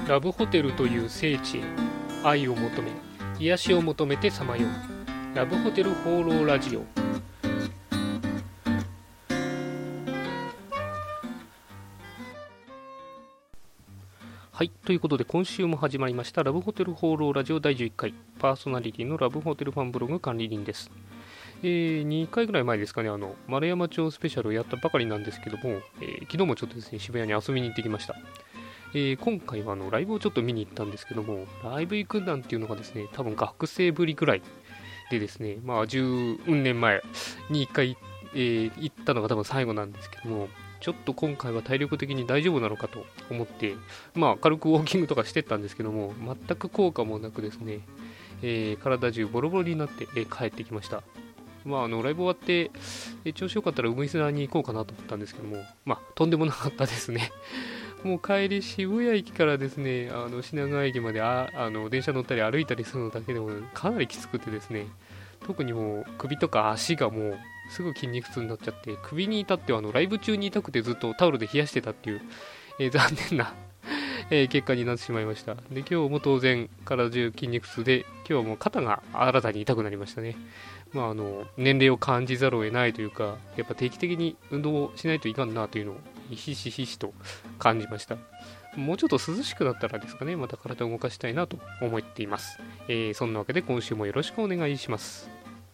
ラブホテルという聖地へ愛を求め癒しを求めてさまようラブホテル放浪ラジオ。はい、ということで今週も始まりましたラブホテル放浪ラジオ第11回、パーソナリティのラブホテルファンブログ管理人です。2回ぐらい前ですかね、丸山町スペシャルをやったばかりなんですけども、昨日もちょっとですね渋谷に遊びに行ってきました。今回はライブをちょっと見に行ったんですけども、ライブ行くなんていうのがですね、多分学生ぶりぐらいでですね、10年前に1回、行ったのが多分最後なんですけども、ちょっと今回は体力的に大丈夫なのかと思って、軽くウォーキングとかしてったんですけども、全く効果もなくですね、体中ボロボロになって、帰ってきました。ライブ終わって、調子よかったらウグイスダに行こうかなと思ったんですけども、とんでもなかったですね。もう帰り渋谷駅からですね、品川駅まで電車乗ったり歩いたりするのだけでもかなりきつくてですね、特にもう首とか足がもうすぐ筋肉痛になっちゃって、首に至ってはライブ中に痛くてずっとタオルで冷やしてたっていう、残念な結果になってしまいました。で、今日も当然体中筋肉痛で、今日はもう肩が新たに痛くなりましたね。年齢を感じざるを得ないというか、やっぱ定期的に運動をしないといかんなというのをひしひしと感じました。もうちょっと涼しくなったらですかね、また体を動かしたいなと思っています。そんなわけで今週もよろしくお願いします。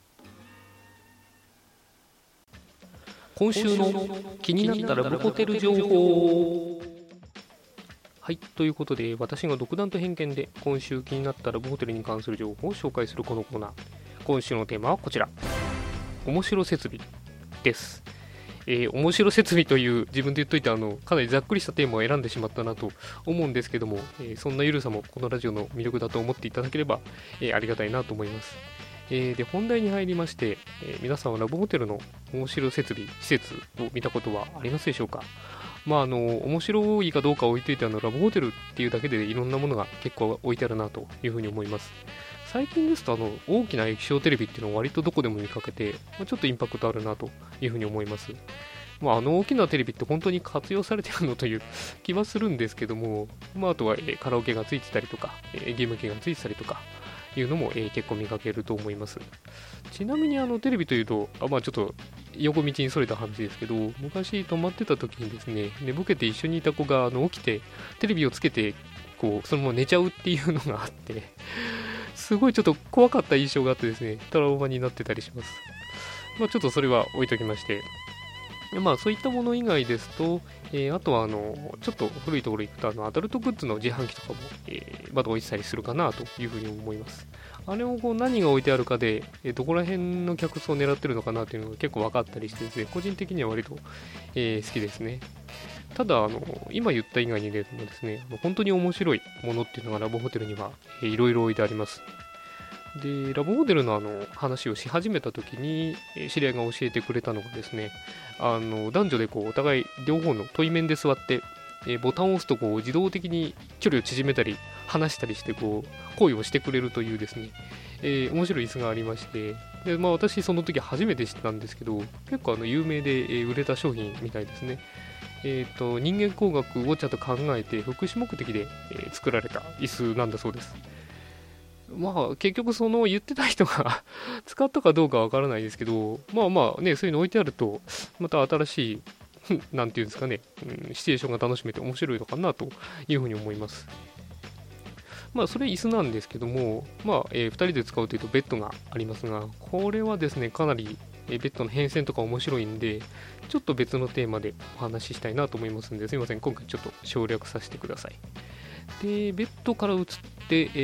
今週の気になったラブホテル情報。はい、ということで私が独断と偏見で今週気になったラブホテルに関する情報を紹介するこのコーナー。今週のテーマはこちら、面白設備です。面白設備という自分で言っといてかなりざっくりしたテーマを選んでしまったなと思うんですけども、そんなゆるさもこのラジオの魅力だと思っていただければ、ありがたいなと思います。で本題に入りまして、皆さんはラブホテルの面白設備施設を見たことはありますでしょうか。面白いかどうか置いといてラブホテルっていうだけでいろんなものが結構置いてあるなというふうに思います。最近ですと大きな液晶テレビっていうのを割とどこでも見かけて、ちょっとインパクトあるなというふうに思います。大きなテレビって本当に活用されてるのという気はするんですけども、あとはカラオケがついてたりとかゲーム機がついてたりとかいうのも結構見かけると思います。ちなみにテレビというとちょっと横道にそれた話ですけど、昔泊まってた時にですね、寝ぼけて一緒にいた子が起きてテレビをつけてそのまま寝ちゃうっていうのがあってすごいちょっと怖かった印象があってですね、トラウマになってたりします。ちょっとそれは置いときまして、そういったもの以外ですと、あとはちょっと古いところに行くとアダルトグッズの自販機とかも、まだ置いてたりするかなというふうに思います。あれを何が置いてあるかで、どこら辺の客層を狙ってるのかなというのが結構分かったりしてですね、個人的には割と、好きですね。ただ今言った以外にですね、本当に面白いものっていうのがラブホテルにはいろいろ置いてあります。でラブホテルの話をし始めた時に知り合いが教えてくれたのがですね、男女でお互い両方の対面で座ってボタンを押すと自動的に距離を縮めたり離したりして行為をしてくれるというですね、面白い椅子がありまして、で、私その時初めて知ったんですけど、結構有名で売れた商品みたいですね。人間工学をちゃんと考えて福祉目的で作られた椅子なんだそうです。結局その言ってた人が使ったかどうかわからないですけど、そういうの置いてあるとまた新しいなんていうんですかね、シチュエーションが楽しめて面白いのかなというふうに思います。それ椅子なんですけども、2人で使うというとベッドがありますが、これはですねかなりベッドの変遷とか面白いんで、ちょっと別のテーマでお話ししたいなと思いますんで、すいません、今回ちょっと省略させてください。でベッドから移って、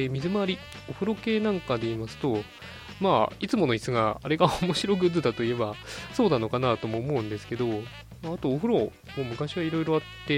水回りお風呂系なんかで言いますと、いつもの椅子があれが面白グッズだといえばそうなのかなとも思うんですけど、あとお風呂も昔はいろいろあって、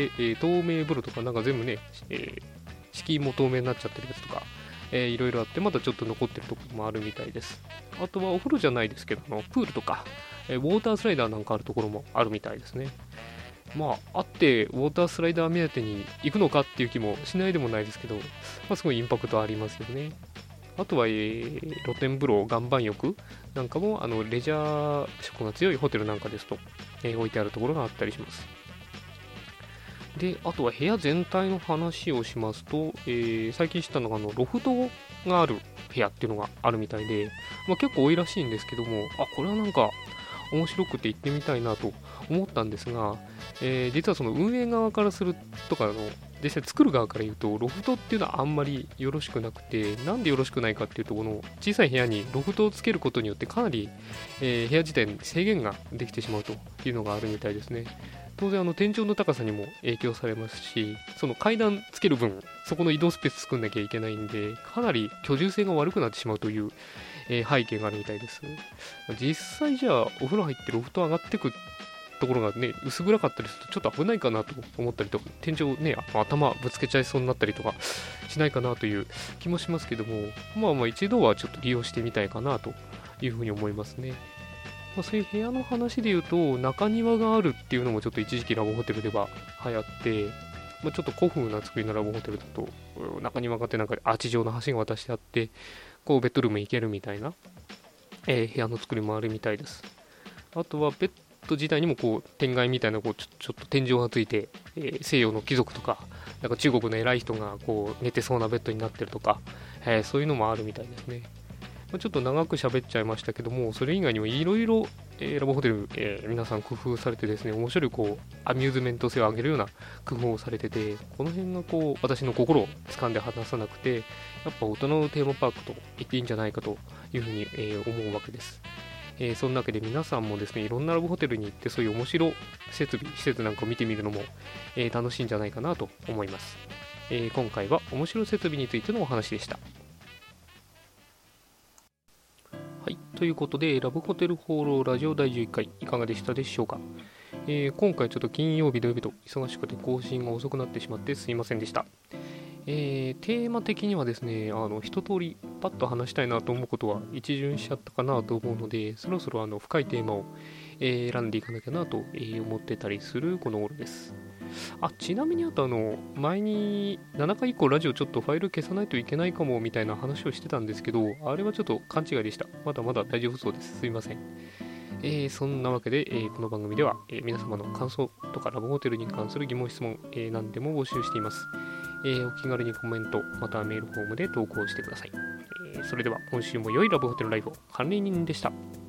透明風呂とかなんか全部ね、敷居も透明になっちゃってるやつとか、いろいろあってまだちょっと残ってるところもあるみたいです。あとはお風呂じゃないですけどプールとか、ウォータースライダーなんかあるところもあるみたいですね。あってウォータースライダー目当てに行くのかっていう気もしないでもないですけど、すごいインパクトありますよね。あとは、露天風呂、岩盤浴なんかもレジャー色が強いホテルなんかですと、置いてあるところがあったりします。 で、あとは部屋全体の話をしますと、最近知ったのがロフトがある部屋っていうのがあるみたいで、結構多いらしいんですけども、これはなんか面白くて行ってみたいなと思ったんですが、実はその運営側からするとか実際作る側から言うとロフトっていうのはあんまりよろしくなくて、なんでよろしくないかっていうと、この小さい部屋にロフトをつけることによってかなり、部屋自体に制限ができてしまうというのがあるみたいですね。当然天井の高さにも影響されますし、その階段つける分そこの移動スペース作んなきゃいけないんで、かなり居住性が悪くなってしまうという、背景があるみたいです。実際じゃあお風呂入ってロフト上がってくところがね薄暗かったりするとちょっと危ないかなと思ったりとか、天井ね頭ぶつけちゃいそうになったりとかしないかなという気もしますけども、一度はちょっと利用してみたいかなというふうに思いますね。そういう部屋の話で言うと、中庭があるっていうのもちょっと一時期ラブホテルでは流行って、ちょっと古風な作りのラブホテルだと、中庭があってなんかアーチ状の橋が渡してあって、こうベッドルーム行けるみたいな、部屋の作りもあるみたいです。あとはベッド自体にもこう天蓋みたいなちょっと天井がついて、西洋の貴族とか、なんか中国の偉い人がこう寝てそうなベッドになってるとか、そういうのもあるみたいですね。ちょっと長く喋っちゃいましたけども、それ以外にもいろいろラブホテル、皆さん工夫されてですね、面白いこうアミューズメント性を上げるような工夫をされてて、この辺がこう私の心を掴んで離さなくて、やっぱ大人のテーマパークと言っていいんじゃないかというふうに、思うわけです。そんなわけで皆さんもですね、いろんなラブホテルに行ってそういう面白施設なんかを見てみるのも、楽しいんじゃないかなと思います。今回は面白設備についてのお話でした。はい、ということで、ラブホテル放浪ラジオ第11回いかがでしたでしょうか。今回ちょっと金曜日土曜日と忙しくて更新が遅くなってしまってすいませんでした。テーマ的にはですね、一通りパッと話したいなと思うことは一巡しちゃったかなと思うので、そろそろ深いテーマを、選んでいかなきゃなと、思ってたりするこの頃です。ちなみにあと前に7回以降ラジオちょっとファイル消さないといけないかもみたいな話をしてたんですけど、あれはちょっと勘違いでした。まだまだ大丈夫そうです。すいません。そんなわけで、この番組では、皆様の感想とかラブホテルに関する疑問質問、何でも募集しています。お気軽にコメントまたはメールフォームで投稿してください。それでは今週も良いラブホテルライフを管理人でした。